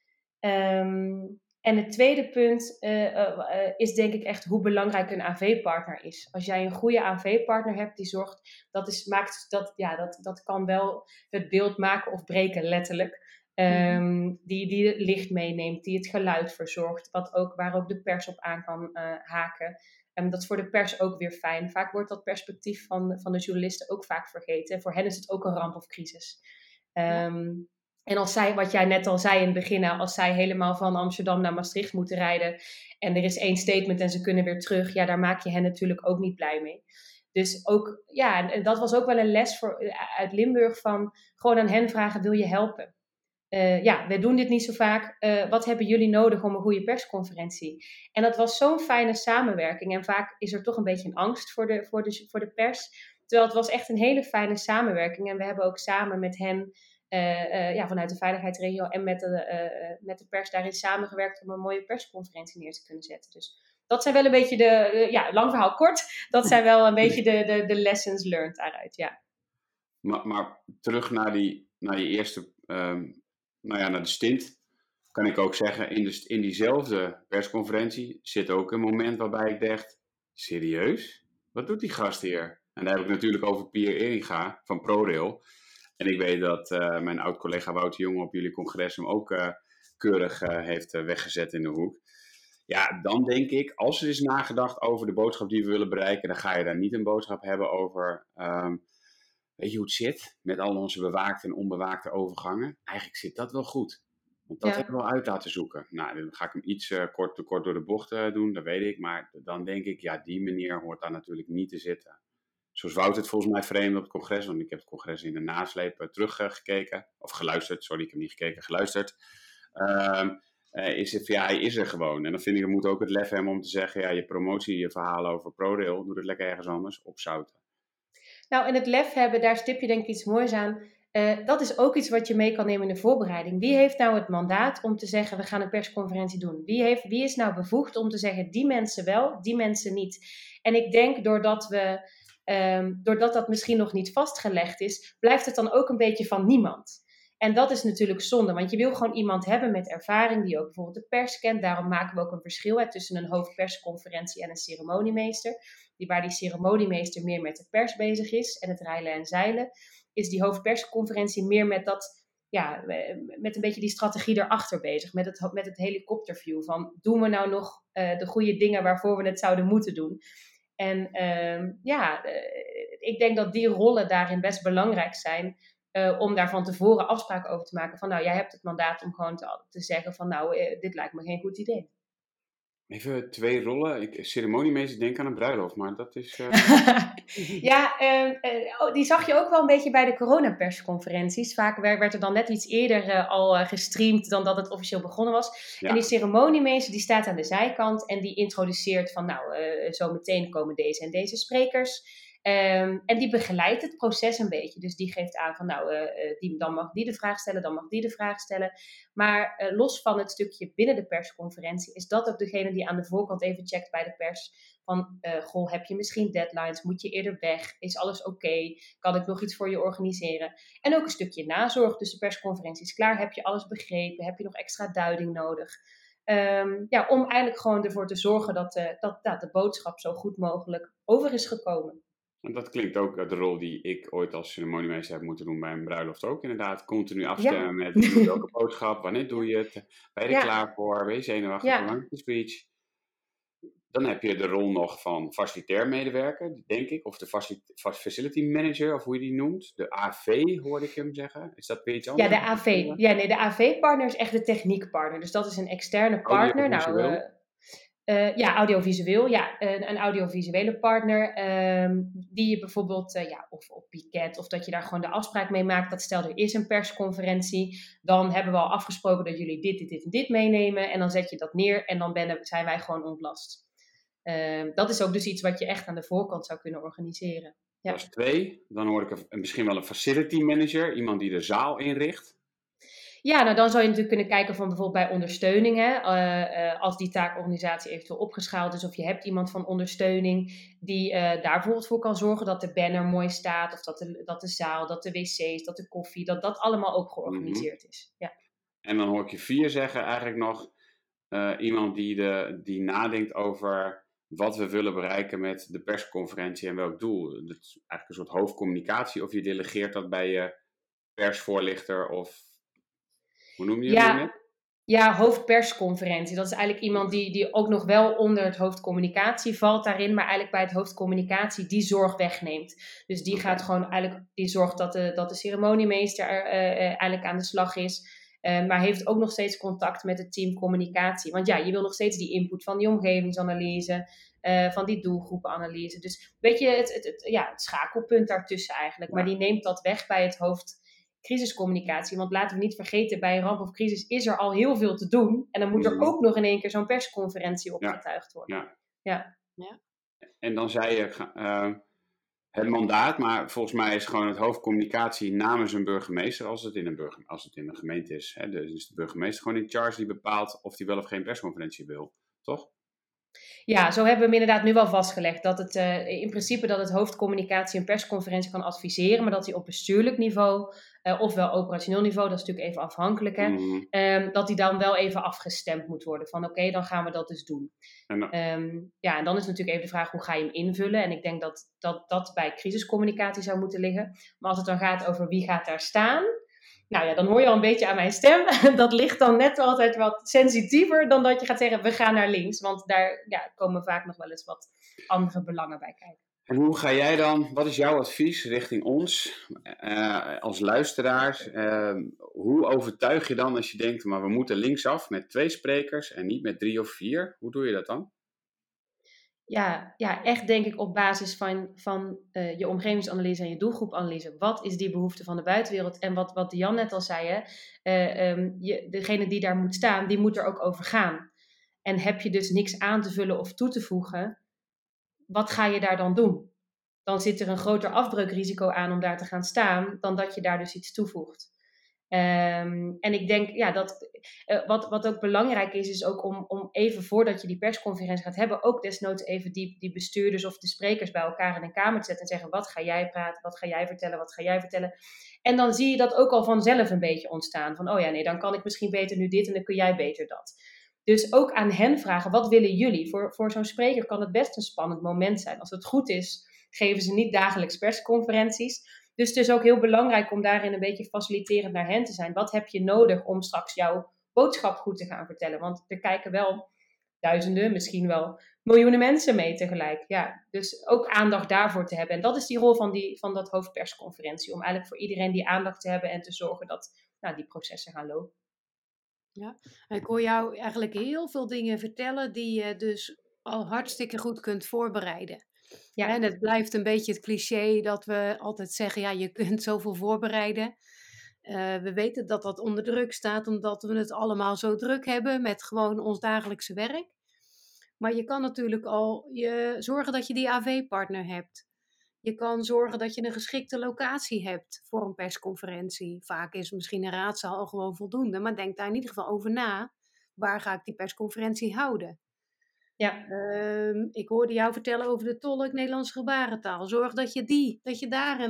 En het tweede punt is denk ik echt hoe belangrijk een AV-partner is. Als jij een goede AV-partner hebt die zorgt, dat kan wel het beeld maken of breken letterlijk. Die het licht meeneemt, die het geluid verzorgt, waar ook de pers op aan kan haken. Dat is voor de pers ook weer fijn. Vaak wordt dat perspectief van de journalisten ook vaak vergeten. Voor hen is het ook een ramp of crisis. En als zij, wat jij net al zei in het begin, als zij helemaal van Amsterdam naar Maastricht moeten rijden en er is 1 statement en ze kunnen weer terug, ja, daar maak je hen natuurlijk ook niet blij mee. Dus ook, ja, en dat was ook wel een les uit Limburg van gewoon aan hen vragen, wil je helpen? We doen dit niet zo vaak. Wat hebben jullie nodig om een goede persconferentie? En dat was zo'n fijne samenwerking. En vaak is er toch een beetje een angst voor de pers. Terwijl het was echt een hele fijne samenwerking. En we hebben ook samen met hen, vanuit de veiligheidsregio en met de pers daarin samengewerkt om een mooie persconferentie neer te kunnen zetten. Dus dat zijn wel een beetje lang verhaal kort, dat zijn wel een beetje de lessons learned daaruit, ja. Maar terug naar je eerste... naar de stint, kan ik ook zeggen, in diezelfde persconferentie zit ook een moment waarbij ik dacht, serieus? Wat doet die gast hier? En daar heb ik natuurlijk over Pier Eringa van ProRail. En ik weet dat mijn oud-collega Wouter Jonge op jullie congres hem ook keurig heeft weggezet in de hoek. Ja, dan denk ik, als er is nagedacht over de boodschap die we willen bereiken, dan ga je daar niet een boodschap hebben over... weet je hoe het zit met al onze bewaakte en onbewaakte overgangen? Eigenlijk zit dat wel goed. Want dat hebben we wel uit laten zoeken. Nou, dan ga ik hem iets kort door de bocht doen, dat weet ik. Maar dan denk ik, ja, die manier hoort daar natuurlijk niet te zitten. Zoals Wouter het volgens mij vreemd op het congres, want ik heb het congres in de nasleep teruggekeken. Of geluisterd, sorry, ik heb niet gekeken, geluisterd. Is het, ja, hij is er gewoon. En dan vind ik, je moet ook het lef hebben om te zeggen, ja, je promotie, je verhalen over ProRail, doe het lekker ergens anders, opzouten. Nou, en het lef hebben, daar stip je denk ik iets moois aan. Dat is ook iets wat je mee kan nemen in de voorbereiding. Wie heeft nou het mandaat om te zeggen, we gaan een persconferentie doen? Wie is nou bevoegd om te zeggen, die mensen wel, die mensen niet? En ik denk doordat we doordat dat misschien nog niet vastgelegd is, blijft het dan ook een beetje van niemand. En dat is natuurlijk zonde, want je wil gewoon iemand hebben met ervaring die ook bijvoorbeeld de pers kent. Daarom maken we ook een verschil tussen een hoofdpersconferentie en een ceremoniemeester. Waar die ceremoniemeester meer met de pers bezig is en het rijlen en zeilen, is die hoofdpersconferentie meer met dat, ja, met een beetje die strategie erachter bezig. Met het helikopterview van, doen we nou nog de goede dingen waarvoor we het zouden moeten doen? En ik denk dat die rollen daarin best belangrijk zijn. Om daar van tevoren afspraken over te maken. Van nou, jij hebt het mandaat om gewoon te zeggen van nou, dit lijkt me geen goed idee. Even 2 rollen. Ceremoniemeester, denk aan een bruiloft, maar dat is... Die zag je ook wel een beetje bij de coronapersconferenties. Vaak werd er dan net iets eerder al gestreamd dan dat het officieel begonnen was. Ja. En die ceremoniemeester die staat aan de zijkant en die introduceert van nou, zo meteen komen deze en deze sprekers. En die begeleidt het proces een beetje. Dus die geeft aan van nou, dan mag die de vraag stellen, dan mag die de vraag stellen. Maar los van het stukje binnen de persconferentie is dat ook degene die aan de voorkant even checkt bij de pers. Van, goh, heb je misschien deadlines? Moet je eerder weg? Is alles oké? Kan ik nog iets voor je organiseren? En ook een stukje nazorg. Dus de persconferentie is klaar. Heb je alles begrepen? Heb je nog extra duiding nodig? Om eigenlijk gewoon ervoor te zorgen dat de boodschap zo goed mogelijk over is gekomen. En dat klinkt ook de rol die ik ooit als ceremoniemeester heb moeten doen bij een bruiloft ook inderdaad. Continu afstemmen met welke boodschap, wanneer doe je het, ben je er klaar voor, ben je zenuwachtig, hoe lang is de speech. Dan heb je de rol nog van facilitair medewerker, denk ik, of de facility manager, of hoe je die noemt. De AV hoorde ik hem zeggen. Is dat weer iets anders? Ja, de AV. Ja, nee, de AV-partner is echt de techniekpartner. Dus dat is een externe partner. Audiovisueel. Ja, een audiovisuele partner die je bijvoorbeeld, of op Piket, of dat je daar gewoon de afspraak mee maakt. Dat stel er is een persconferentie, dan hebben we al afgesproken dat jullie dit en dit meenemen. En dan zet je dat neer en dan zijn wij gewoon ontlast. Dat is ook dus iets wat je echt aan de voorkant zou kunnen organiseren. Ja. Dat is 2. Dan hoor ik misschien wel een facility manager, iemand die de zaal inricht. Ja, nou dan zou je natuurlijk kunnen kijken van bijvoorbeeld bij ondersteuning. Als die taakorganisatie eventueel opgeschaald is of je hebt iemand van ondersteuning die daar bijvoorbeeld voor kan zorgen dat de banner mooi staat. Of dat de zaal, dat de wc's, dat de koffie, dat allemaal ook georganiseerd is. Ja. En dan hoor ik je 4 zeggen eigenlijk nog iemand die nadenkt over wat we willen bereiken met de persconferentie en welk doel. Dat is eigenlijk een soort hoofdcommunicatie of je delegeert dat bij je persvoorlichter of... Hoe noem je dat net? Ja, hoofdpersconferentie. Dat is eigenlijk iemand die ook nog wel onder het hoofdcommunicatie valt daarin, maar eigenlijk bij het hoofdcommunicatie die zorg wegneemt. Dus die gaat gewoon eigenlijk, die zorgt dat de ceremoniemeester eigenlijk aan de slag is. Maar heeft ook nog steeds contact met het team communicatie. Want ja, je wil nog steeds die input van die omgevingsanalyse, van die doelgroepenanalyse. Dus weet je, het schakelpunt daartussen eigenlijk. Maar die neemt dat weg bij het hoofd crisiscommunicatie. Want laten we niet vergeten, bij een ramp of crisis is er al heel veel te doen. En dan moet er ook nog in één keer zo'n persconferentie opgetuigd worden. Ja. En dan zei je het mandaat, maar volgens mij is gewoon het hoofdcommunicatie namens een burgemeester als het in een gemeente is. Hè? Dus de burgemeester gewoon in charge die bepaalt of hij wel of geen persconferentie wil. Toch? Ja, zo hebben we hem inderdaad nu wel vastgelegd. Dat het in principe dat het hoofdcommunicatie een persconferentie kan adviseren, maar dat hij op bestuurlijk niveau, ofwel operationeel niveau, dat is natuurlijk even afhankelijk, dat die dan wel even afgestemd moet worden. Van oké, dan gaan we dat dus doen. En dan is natuurlijk even de vraag, hoe ga je hem invullen? En ik denk dat bij crisiscommunicatie zou moeten liggen. Maar als het dan gaat over wie gaat daar staan, nou ja, dan hoor je al een beetje aan mijn stem. Dat ligt dan net altijd wat sensitiever dan dat je gaat zeggen, we gaan naar links. Want daar komen vaak nog wel eens wat andere belangen bij kijken. En hoe ga jij dan, wat is jouw advies richting ons als luisteraars? Hoe overtuig je dan als je denkt, maar we moeten linksaf met 2 sprekers en niet met 3 of 4? Hoe doe je dat dan? Ja, echt denk ik op basis van je omgevingsanalyse en je doelgroepanalyse. Wat is die behoefte van de buitenwereld? En wat Jan net al zei, degene die daar moet staan, die moet er ook over gaan. En heb je dus niks aan te vullen of toe te voegen, wat ga je daar dan doen? Dan zit er een groter afbreukrisico aan om daar te gaan staan, dan dat je daar dus iets toevoegt. En ik denk dat wat ook belangrijk is ook om even voordat je die persconferentie gaat hebben, ook desnoods even die bestuurders of de sprekers bij elkaar in een kamer te zetten en zeggen: wat ga jij praten, wat ga jij vertellen, wat ga jij vertellen? En dan zie je dat ook al vanzelf een beetje ontstaan. Van, oh ja, nee, dan kan ik misschien beter nu dit en dan kun jij beter dat. Dus ook aan hen vragen, wat willen jullie? Voor zo'n spreker kan het best een spannend moment zijn. Als het goed is, geven ze niet dagelijks persconferenties. Dus het is ook heel belangrijk om daarin een beetje faciliterend naar hen te zijn. Wat heb je nodig om straks jouw boodschap goed te gaan vertellen? Want er kijken wel duizenden, misschien wel miljoenen mensen mee tegelijk. Ja, dus ook aandacht daarvoor te hebben. En dat is die rol van dat hoofdpersconferentie. Om eigenlijk voor iedereen die aandacht te hebben en te zorgen dat die processen gaan lopen. Ja, ik hoor jou eigenlijk heel veel dingen vertellen die je dus al hartstikke goed kunt voorbereiden. Ja. En het blijft een beetje het cliché dat we altijd zeggen, ja, je kunt zoveel voorbereiden. We weten dat dat onder druk staat, omdat we het allemaal zo druk hebben met gewoon ons dagelijkse werk. Maar je kan natuurlijk al zorgen dat je die AV-partner hebt. Je kan zorgen dat je een geschikte locatie hebt voor een persconferentie. Vaak is misschien een raadzaal al gewoon voldoende, maar denk daar in ieder geval over na. Waar ga ik die persconferentie houden? Ja. Ik hoorde jou vertellen over de tolk Nederlandse gebarentaal. Zorg dat je daar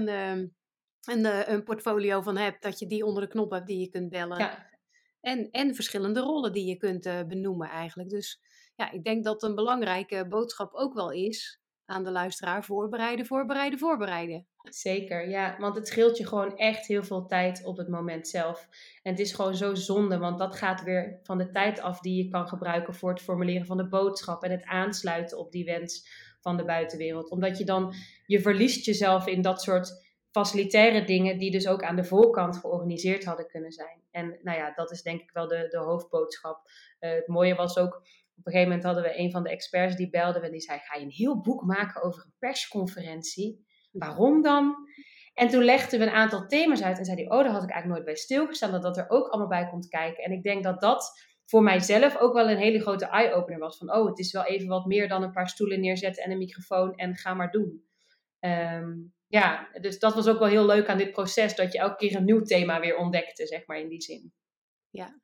een portfolio van hebt, dat je die onder de knop hebt die je kunt bellen. Ja. En verschillende rollen die je kunt benoemen eigenlijk. Dus ja, ik denk dat een belangrijke boodschap ook wel is aan de luisteraar: voorbereiden, voorbereiden, voorbereiden. Zeker, ja. Want het scheelt je gewoon echt heel veel tijd op het moment zelf. En het is gewoon zo zonde, want dat gaat weer van de tijd af die je kan gebruiken voor het formuleren van de boodschap en het aansluiten op die wens van de buitenwereld. Omdat je verliest jezelf in dat soort facilitaire dingen die dus ook aan de voorkant georganiseerd hadden kunnen zijn. En dat is denk ik wel de hoofdboodschap. Het mooie was ook, op een gegeven moment hadden we een van de experts die belde en die zei: ga je een heel boek maken over een persconferentie? Waarom dan? En toen legden we een aantal thema's uit en zei hij: oh, daar had ik eigenlijk nooit bij stilgestaan, dat er ook allemaal bij komt kijken. En ik denk dat dat voor mijzelf ook wel een hele grote eye-opener was. Van, het is wel even wat meer dan een paar stoelen neerzetten en een microfoon en ga maar doen. Dus dat was ook wel heel leuk aan dit proces, dat je elke keer een nieuw thema weer ontdekte, zeg maar, in die zin. Ja.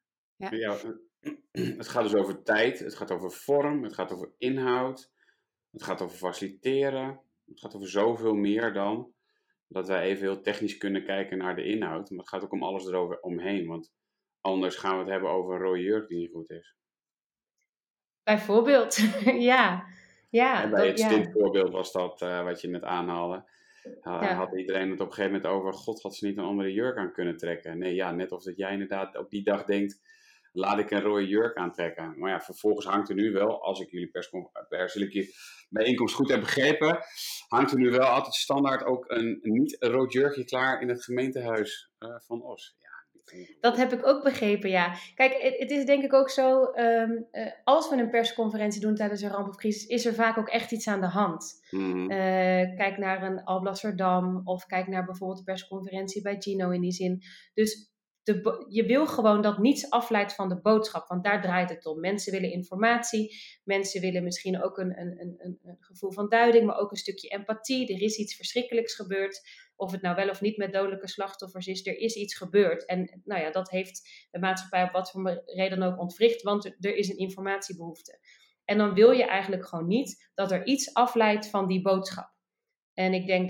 Het gaat dus over tijd, het gaat over vorm, het gaat over inhoud, het gaat over faciliteren. Het gaat over zoveel meer dan dat wij even heel technisch kunnen kijken naar de inhoud. Maar het gaat ook om alles erover omheen. Want anders gaan we het hebben over een rode jurk die niet goed is. Bijvoorbeeld, ja. En bij het stintvoorbeeld was dat wat je net aanhaalde. Had iedereen het op een gegeven moment over: God, had ze niet een andere jurk aan kunnen trekken? Nee, ja, net of dat jij inderdaad op die dag denkt: laat ik een rode jurk aantrekken. Maar ja, vervolgens hangt er nu wel, als ik jullie bijeenkomst goed heb begrepen, hangt er nu wel altijd standaard ook een niet rood jurkje klaar in het gemeentehuis van Os. Ja, dat heb ik ook begrepen, ja. Kijk, het is denk ik ook zo, als we een persconferentie doen tijdens een ramp of crisis, is er vaak ook echt iets aan de hand. Mm-hmm. Kijk naar een Alblasserdam of kijk naar bijvoorbeeld de persconferentie bij Gino in die zin. Dus je wil gewoon dat niets afleidt van de boodschap, want daar draait het om. Mensen willen informatie, mensen willen misschien ook een gevoel van duiding, maar ook een stukje empathie. Er is iets verschrikkelijks gebeurd. Of het nou wel of niet met dodelijke slachtoffers is, er is iets gebeurd. En dat heeft de maatschappij op wat voor reden ook ontwricht, want er is een informatiebehoefte. En dan wil je eigenlijk gewoon niet dat er iets afleidt van die boodschap. En ik denk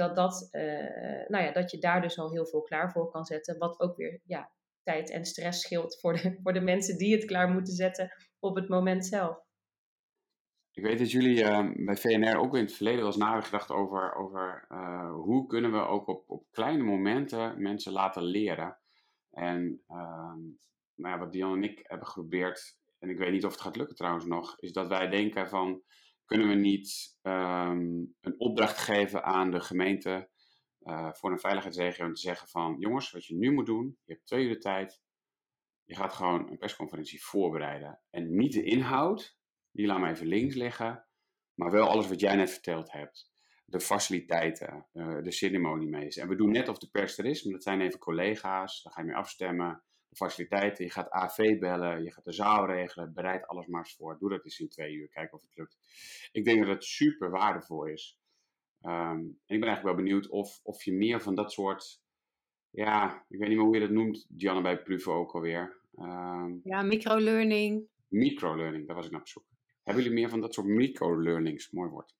dat je daar dus al heel veel klaar voor kan zetten, wat ook weer tijd en stress scheelt voor de mensen die het klaar moeten zetten op het moment zelf. Ik weet dat jullie bij VNR ook in het verleden wel eens nagedacht over hoe kunnen we ook op kleine momenten mensen laten leren. En wat Dion en ik hebben geprobeerd, en ik weet niet of het gaat lukken trouwens nog, is dat wij denken van: kunnen we niet een opdracht geven aan de gemeente voor een veiligheidsregio om te zeggen van: jongens, wat je nu moet doen, je hebt 2 uur de tijd, je gaat gewoon een persconferentie voorbereiden. En niet de inhoud, die laat me even links liggen, maar wel alles wat jij net verteld hebt. De faciliteiten, de ceremoniemeester. En we doen net of de pers er is, maar dat zijn even collega's, daar ga je mee afstemmen. De faciliteiten, je gaat AV bellen, je gaat de zaal regelen, bereid alles maar eens voor. Doe dat eens in 2 uur, kijk of het lukt. Ik denk dat het super waardevol is. En ik ben eigenlijk wel benieuwd of je meer van dat soort Ja, ik weet niet meer hoe je dat noemt, Gianna, bij Prufo ook alweer. Ja, microlearning. Microlearning, daar was ik naar op zoek. Hebben jullie meer van dat soort microlearnings? Mooi woord.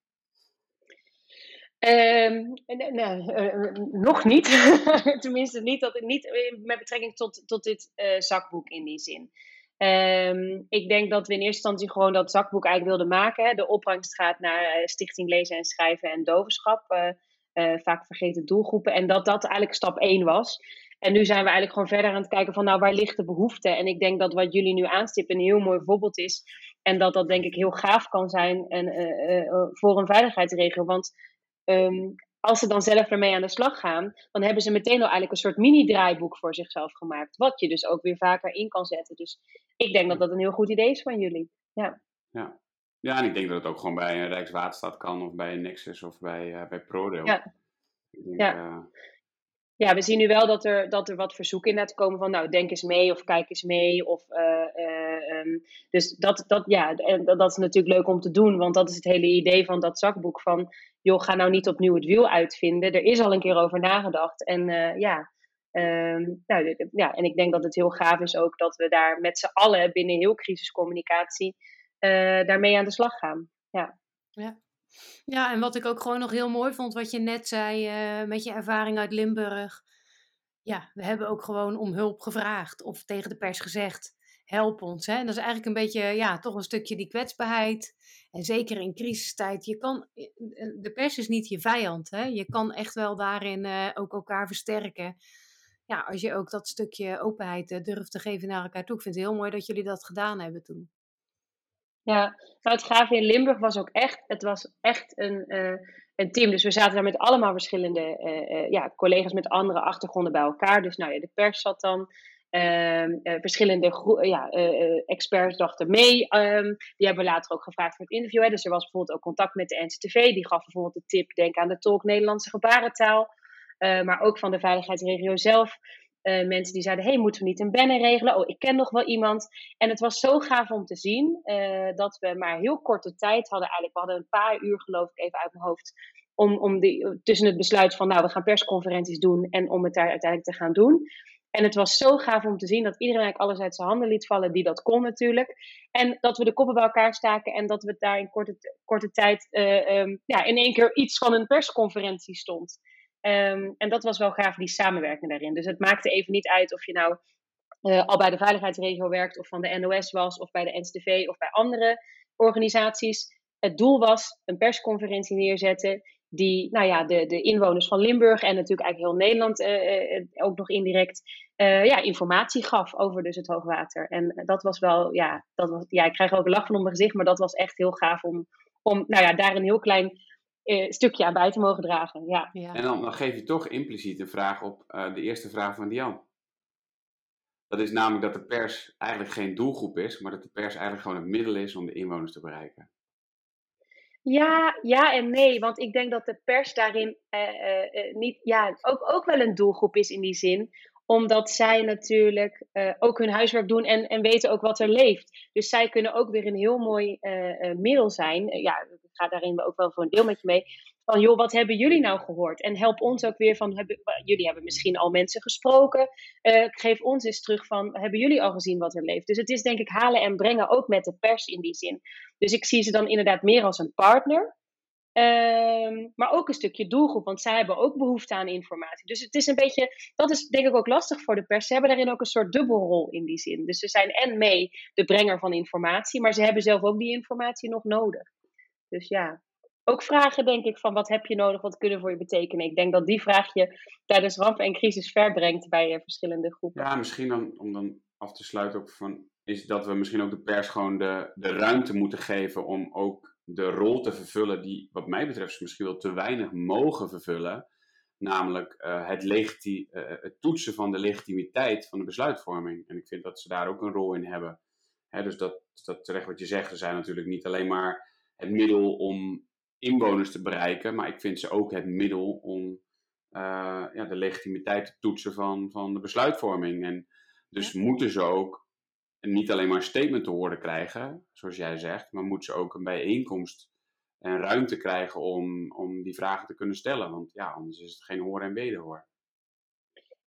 Nog niet. Tenminste, niet met betrekking tot dit zakboek in die zin. Ik denk dat we in eerste instantie gewoon dat zakboek eigenlijk wilden maken. Hè. De opbrengst gaat naar Stichting Lezen en Schrijven en Dovenschap. Vaak vergeten doelgroepen. En dat eigenlijk stap 1 was. En nu zijn we eigenlijk gewoon verder aan het kijken van nou, waar ligt de behoefte? En ik denk dat wat jullie nu aanstippen een heel mooi voorbeeld is. En dat denk ik heel gaaf kan zijn voor een veiligheidsregio. Want als ze dan zelf ermee aan de slag gaan, dan hebben ze meteen al eigenlijk een soort mini-draaiboek voor zichzelf gemaakt. Wat je dus ook weer vaker in kan zetten. Dus ik denk dat dat een heel goed idee is van jullie. Ja. Ja. Ja, en ik denk dat het ook gewoon bij een Rijkswaterstaat kan, of bij een Nexus, of bij ProRail. Ja. Ik denk, Ja. Ja, we zien nu wel dat er wat verzoeken inderdaad komen van, nou, denk eens mee of kijk eens mee. Dus dat is natuurlijk leuk om te doen, want dat is het hele idee van dat zakboek van, joh, ga nou niet opnieuw het wiel uitvinden. Er is al een keer over nagedacht. En en ik denk dat het heel gaaf is ook dat we daar met z'n allen binnen heel crisiscommunicatie daarmee aan de slag gaan. Ja. Ja. Ja, en wat ik ook gewoon nog heel mooi vond, wat je net zei met je ervaring uit Limburg. Ja, we hebben ook gewoon om hulp gevraagd of tegen de pers gezegd, help ons. Hè? En dat is eigenlijk een beetje, ja, toch een stukje die kwetsbaarheid. En zeker in crisistijd, de pers is niet je vijand. Hè? Je kan echt wel daarin ook elkaar versterken. Ja, als je ook dat stukje openheid durft te geven naar elkaar toe. Ik vind het heel mooi dat jullie dat gedaan hebben toen. Ja, nou het gave in Limburg was ook echt een team. Dus we zaten daar met allemaal verschillende collega's met andere achtergronden bij elkaar. Dus nou ja, de pers zat dan, verschillende experts dachten mee. Die hebben we later ook gevraagd voor het interview. Hè. Dus er was bijvoorbeeld ook contact met de NCTV. Die gaf bijvoorbeeld de tip, denk aan de tolk Nederlandse gebarentaal. Maar ook van de veiligheidsregio zelf. Mensen die zeiden, hey, moeten we niet een banner regelen? Oh, ik ken nog wel iemand. En het was zo gaaf om te zien dat we maar heel korte tijd hadden. We hadden een paar uur, geloof ik, even uit mijn hoofd. Tussen het besluit van, nou, we gaan persconferenties doen. En om het daar uiteindelijk te gaan doen. En het was zo gaaf om te zien dat iedereen eigenlijk alles uit zijn handen liet vallen die dat kon natuurlijk. En dat we de koppen bij elkaar staken en dat we het daar in korte tijd in één keer iets van een persconferentie stond. En dat was wel gaaf, die samenwerking daarin. Dus het maakte even niet uit of je nou al bij de veiligheidsregio werkt of van de NOS was of bij de NCTV of bij andere organisaties. Het doel was een persconferentie neerzetten die de inwoners van Limburg en natuurlijk eigenlijk heel Nederland ook nog indirect informatie gaf over dus het hoogwater. En dat was wel, ik krijg ook een lach van op mijn gezicht, maar dat was echt heel gaaf om daar een heel klein stukje aan bij te mogen dragen. Ja. Ja. En dan geef je toch impliciet een vraag op de eerste vraag van Dian. Dat is namelijk dat de pers eigenlijk geen doelgroep is, maar dat de pers eigenlijk gewoon het middel is om de inwoners te bereiken. Ja en nee, want ik denk dat de pers daarin ook wel een doelgroep is in die zin. Omdat zij natuurlijk ook hun huiswerk doen en weten ook wat er leeft. Dus zij kunnen ook weer een heel mooi middel zijn. Ik ga daarin ook wel voor een deel met je mee. Van joh, wat hebben jullie nou gehoord? En help ons ook weer van, jullie hebben misschien al mensen gesproken. Geef ons eens terug van, hebben jullie al gezien wat er leeft? Dus het is denk ik halen en brengen ook met de pers in die zin. Dus ik zie ze dan inderdaad meer als een partner. Maar ook een stukje doelgroep, want zij hebben ook behoefte aan informatie. Dus het is een beetje, dat is denk ik ook lastig voor de pers. Ze hebben daarin ook een soort dubbelrol in die zin. Dus ze zijn en mee de brenger van informatie, maar ze hebben zelf ook die informatie nog nodig. Dus ja, ook vragen denk ik van wat heb je nodig, wat kunnen we voor je betekenen. Ik denk dat die vraag je tijdens rampen en crisis ver brengt bij verschillende groepen. Ja, misschien dan, om dan af te sluiten ook van, is dat we misschien ook de pers gewoon de ruimte moeten geven om ook de rol te vervullen die wat mij betreft misschien wel te weinig mogen vervullen. Namelijk het toetsen van de legitimiteit van de besluitvorming. En ik vind dat ze daar ook een rol in hebben. Dus dat terecht wat je zegt, ze zijn natuurlijk niet alleen maar het middel om inwoners te bereiken, maar ik vind ze ook het middel om de legitimiteit te toetsen van de besluitvorming. En dus moeten ze ook niet alleen maar een statement te horen krijgen, zoals jij zegt, maar moeten ze ook een bijeenkomst en ruimte krijgen om die vragen te kunnen stellen. Want ja, anders is het geen hoor en wederhoor.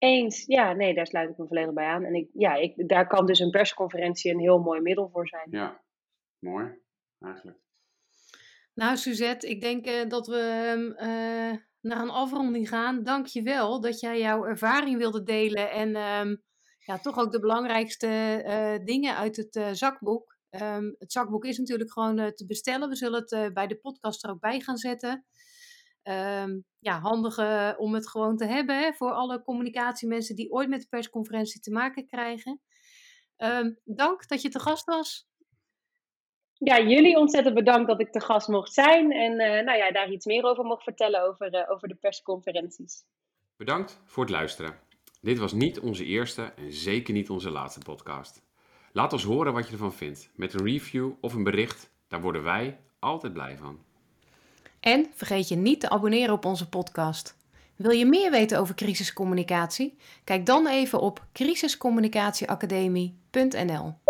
Eens. Ja, nee, daar sluit ik me volledig bij aan. En daar kan dus een persconferentie een heel mooi middel voor zijn. Ja, mooi eigenlijk. Nou, Suzette, ik denk dat we naar een afronding gaan. Dank je wel dat jij jouw ervaring wilde delen en toch ook de belangrijkste dingen uit het zakboek. Het zakboek is natuurlijk gewoon te bestellen. We zullen het bij de podcast er ook bij gaan zetten. Handig om het gewoon te hebben, hè, voor alle communicatiemensen die ooit met de persconferentie te maken krijgen. Dank dat je te gast was. Ja, jullie ontzettend bedankt dat ik te gast mocht zijn. En daar iets meer over mocht vertellen over de persconferenties. Bedankt voor het luisteren. Dit was niet onze eerste en zeker niet onze laatste podcast. Laat ons horen wat je ervan vindt. Met een review of een bericht, daar worden wij altijd blij van. En vergeet je niet te abonneren op onze podcast. Wil je meer weten over crisiscommunicatie? Kijk dan even op crisiscommunicatieacademie.nl.